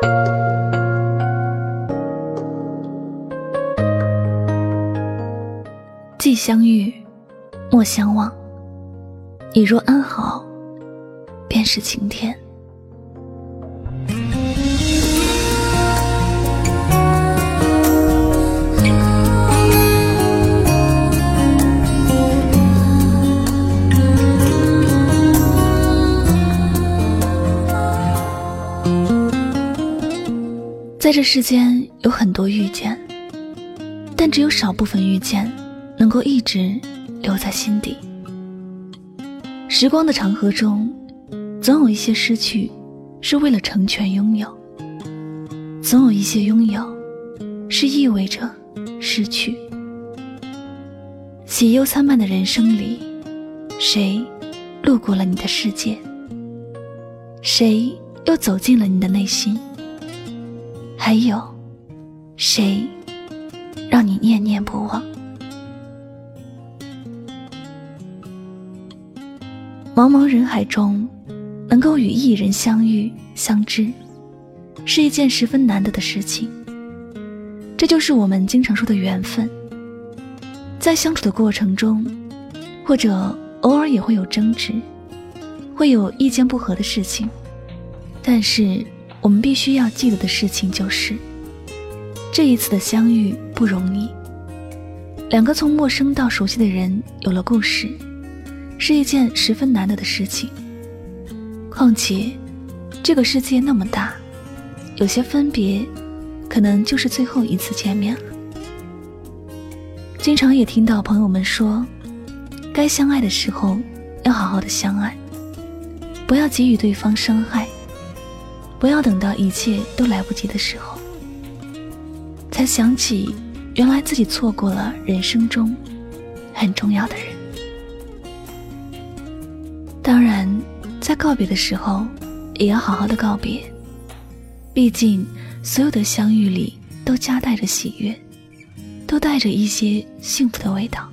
既相遇，莫相忘。你若安好，便是晴天。在这世间有很多遇见，但只有少部分遇见能够一直留在心底。时光的长河中，总有一些失去是为了成全拥有，总有一些拥有是意味着失去。喜忧参半的人生里，谁路过了你的世界？谁又走进了你的内心？还有谁让你念念不忘？茫茫人海中，能够与一人相遇相知，是一件十分难得的事情。这就是我们经常说的缘分。在相处的过程中，或者偶尔也会有争执，会有意见不合的事情，但是我们必须要记得的事情就是，这一次的相遇不容易。两个从陌生到熟悉的人有了故事，是一件十分难得的事情。况且这个世界那么大，有些分别可能就是最后一次见面了。经常也听到朋友们说，该相爱的时候要好好的相爱，不要给予对方伤害，不要等到一切都来不及的时候，才想起原来自己错过了人生中很重要的人。当然，在告别的时候也要好好的告别，毕竟所有的相遇里都夹带着喜悦，都带着一些幸福的味道。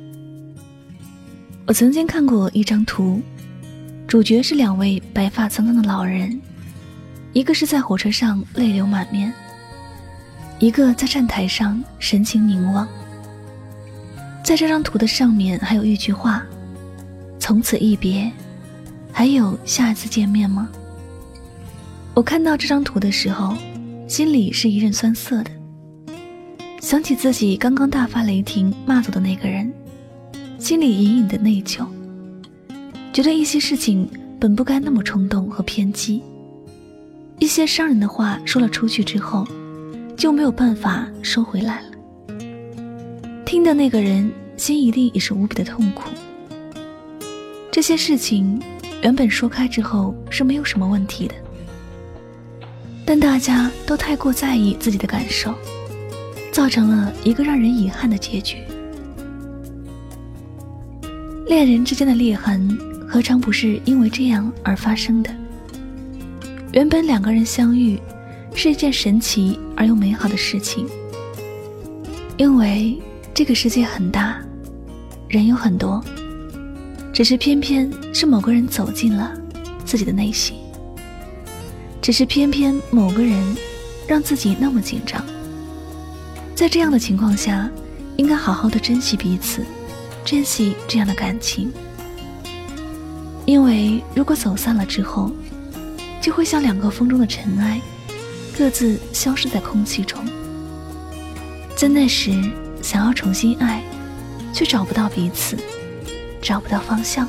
我曾经看过一张图，主角是两位白发苍苍的老人，一个是在火车上泪流满面，一个在站台上神情凝望。在这张图的上面还有一句话，从此一别，还有下一次见面吗？我看到这张图的时候，心里是一阵酸涩的，想起自己刚刚大发雷霆骂走的那个人，心里隐隐的内疚，觉得一些事情本不该那么冲动和偏激，一些伤人的话说了出去之后就没有办法收回来了。听的那个人心一定也是无比的痛苦。这些事情原本说开之后是没有什么问题的，但大家都太过在意自己的感受，造成了一个让人遗憾的结局。恋人之间的裂痕何尝不是因为这样而发生的？原本两个人相遇是一件神奇而又美好的事情，因为这个世界很大，人有很多，只是偏偏是某个人走进了自己的内心，只是偏偏某个人让自己那么紧张。在这样的情况下，应该好好的珍惜彼此，珍惜这样的感情，因为如果走散了之后，就会像两个风中的尘埃，各自消失在空气中。在那时想要重新爱，却找不到彼此，找不到方向。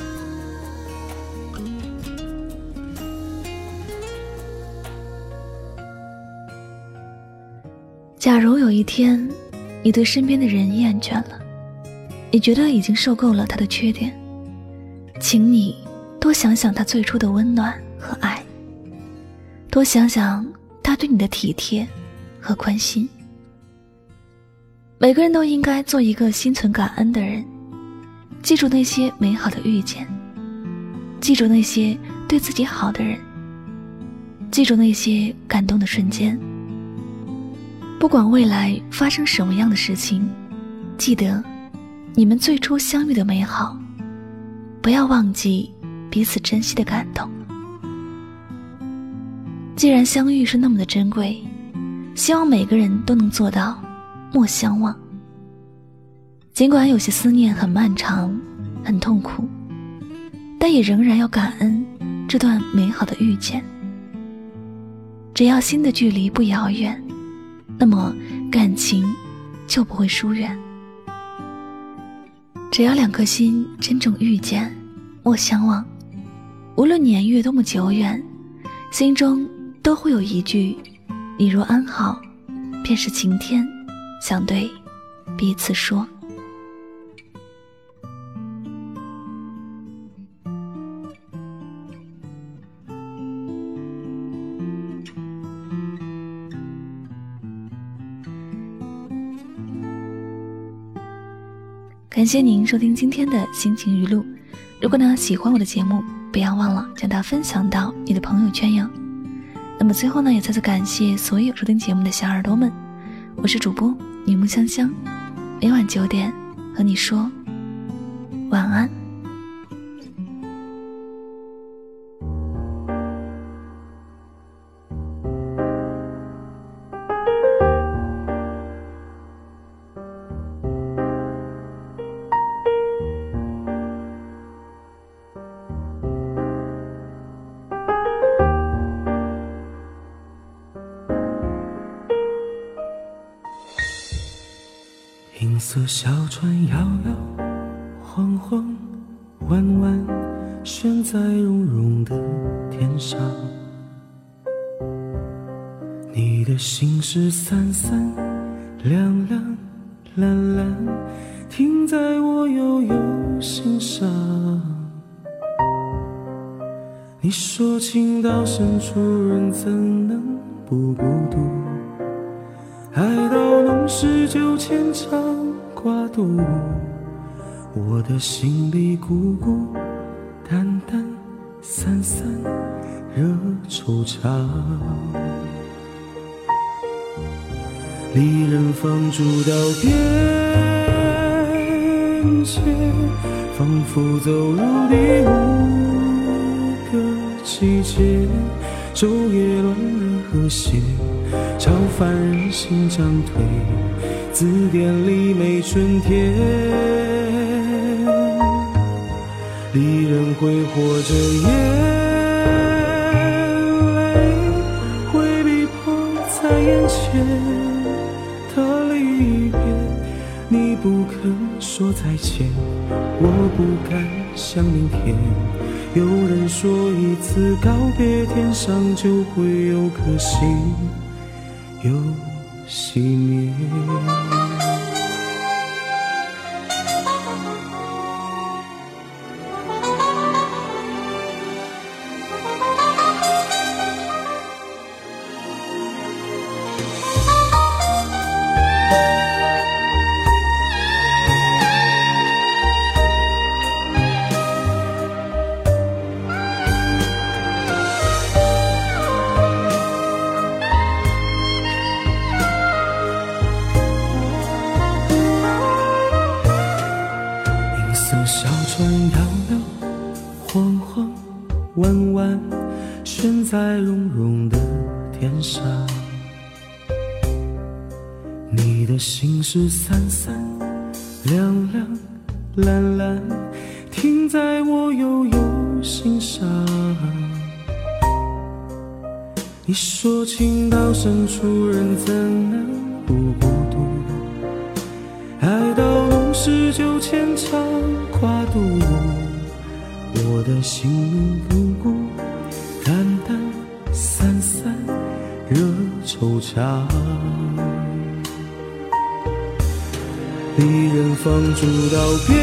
假如有一天你对身边的人厌倦了，你觉得已经受够了他的缺点，请你多想想他最初的温暖和爱，多想想他对你的体贴和关心。每个人都应该做一个心存感恩的人，记住那些美好的遇见，记住那些对自己好的人，记住那些感动的瞬间。不管未来发生什么样的事情，记得你们最初相遇的美好，不要忘记彼此珍惜的感动。 既然相遇是那么的珍贵，希望每个人都能做到莫相忘。尽管有些思念很漫长很痛苦，但也仍然要感恩这段美好的遇见。只要心的距离不遥远，那么感情就不会疏远。只要两颗心真正遇见莫相忘，无论年月多么久远，心中都会有一句你若安好，便是晴天，想对彼此说。感谢您收听今天的心情语录。如果喜欢我的节目，不要忘了将它分享到你的朋友圈哟。那么最后也再次感谢所有收听节目的小耳朵们，我是主播柠檬香香，每晚9点和你说晚安。 银色小船摇摇晃晃，弯弯悬在绒绒的天上。你的心事散散亮亮蓝蓝，停在我悠悠心上。你说情到深处人怎能不孤独，爱到浓时就牵肠挂肚，我的心里孤孤单单散散惹惆怅。离人放逐到边界，仿佛走入第5个季节，昼夜乱了和谐，超凡人心涨退，字典里没春天。离人挥霍着眼泪，会逼迫在眼前的离别。你不肯说再见，我不敢想明天。有人说一次告别，天上就会有颗星又熄灭。小船摇摇晃晃，弯弯悬在绒绒的天上。你的心事散散亮亮蓝蓝，停在我悠悠心上。你说情到深处人怎能不孤独，爱到浓时就牵肠挂肚，我的心里孤孤单单散散惹惆怅。离人放逐到边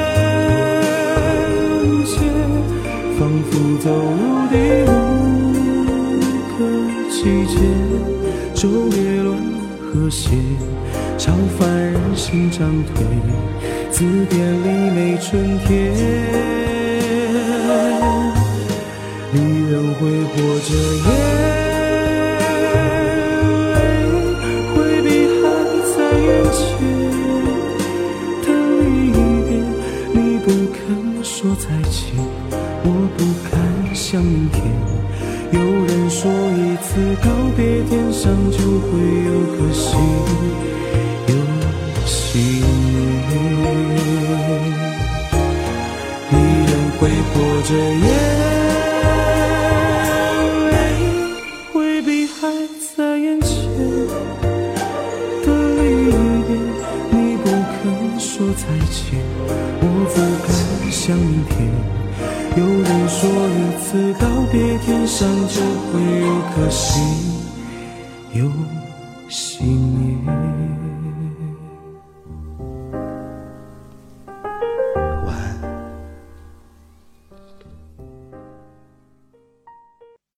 界，仿佛走入第5个季节，昼夜乱和谐，超凡人心涨退，字典里没春天。离人挥霍着眼泪，回避还在眼前的离别。你不肯说再见，我不敢想明天。有人说一次次告别，天上就会有颗星，有熄灭。你仍会迫着眼泪，回避还在眼前的离别。你不肯说再见，我不敢想明天。有人说一次告别，天上就会有颗星，有熄灭。